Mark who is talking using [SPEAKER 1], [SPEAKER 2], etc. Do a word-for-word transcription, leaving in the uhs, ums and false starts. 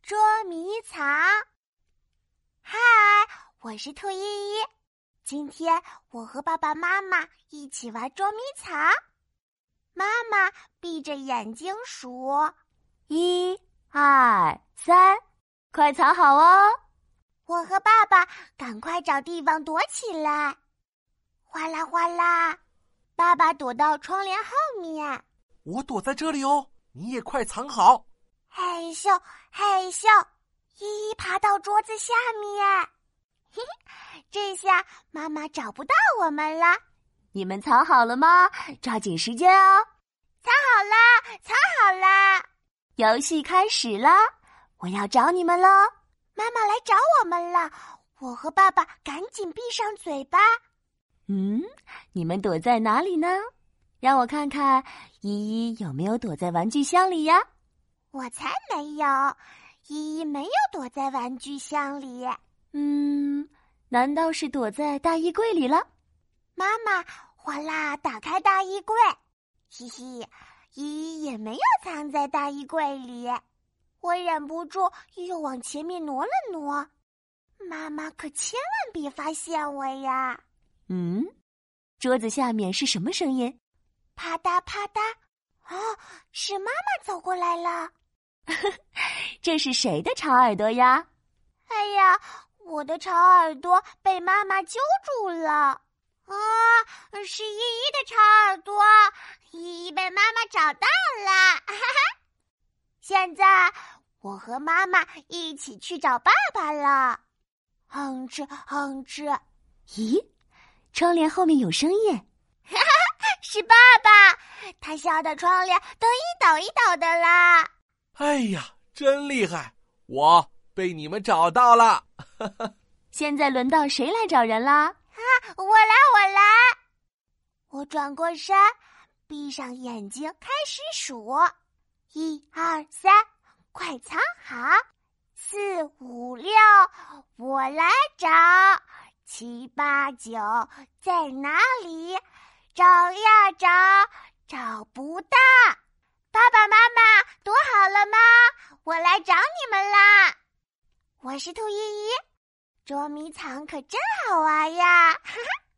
[SPEAKER 1] 捉迷藏。嗨，我是兔依依，今天我和爸爸妈妈一起玩捉迷藏。妈妈闭着眼睛数
[SPEAKER 2] 一、二、三，快藏好哦！
[SPEAKER 1] 我和爸爸赶快找地方躲起来。哗啦哗啦，爸爸躲到窗帘后面。
[SPEAKER 3] 我躲在这里哦，你也快藏好。
[SPEAKER 1] 害羞害羞，依依爬到桌子下面。嘿嘿，这下妈妈找不到我们了。
[SPEAKER 2] 你们藏好了吗？抓紧时间哦！
[SPEAKER 1] 藏好了，藏好了。
[SPEAKER 2] 游戏开始啦！我要找你们喽！
[SPEAKER 1] 妈妈来找我们了，我和爸爸赶紧闭上嘴巴。
[SPEAKER 2] 嗯，你们躲在哪里呢？让我看看依依有没有躲在玩具箱里呀？
[SPEAKER 1] 我才没有，依依没有躲在玩具箱里。
[SPEAKER 2] 嗯，难道是躲在大衣柜里了？
[SPEAKER 1] 妈妈哗啦打开大衣柜，嘿嘿，依依也没有藏在大衣柜里。我忍不住又往前面挪了挪，妈妈可千万别发现我呀！
[SPEAKER 2] 嗯，桌子下面是什么声音？
[SPEAKER 1] 啪嗒啪嗒，哦，是妈妈走过来了。
[SPEAKER 2] 这是谁的长耳朵呀？
[SPEAKER 1] 哎呀，我的长耳朵被妈妈揪住了。啊，是依依的长耳朵，依依被妈妈找到了。哈哈，现在我和妈妈一起去找爸爸了。哼哧哼哧，
[SPEAKER 2] 咦，窗帘后面有声音。
[SPEAKER 1] 哈哈，是爸爸，他笑得窗帘都一抖一抖的啦。
[SPEAKER 3] 哎呀，真厉害！我被你们找到了。
[SPEAKER 2] 现在轮到谁来找人啦？
[SPEAKER 1] 啊，我来，我来！我转过身，闭上眼睛，开始数：一二三，快藏好！四五六，我来找。七八九，在哪里？找呀找，找不到。爸爸妈妈躲好了吗？我来找你们啦！我是兔依依，捉迷藏可真好玩呀！哈哈。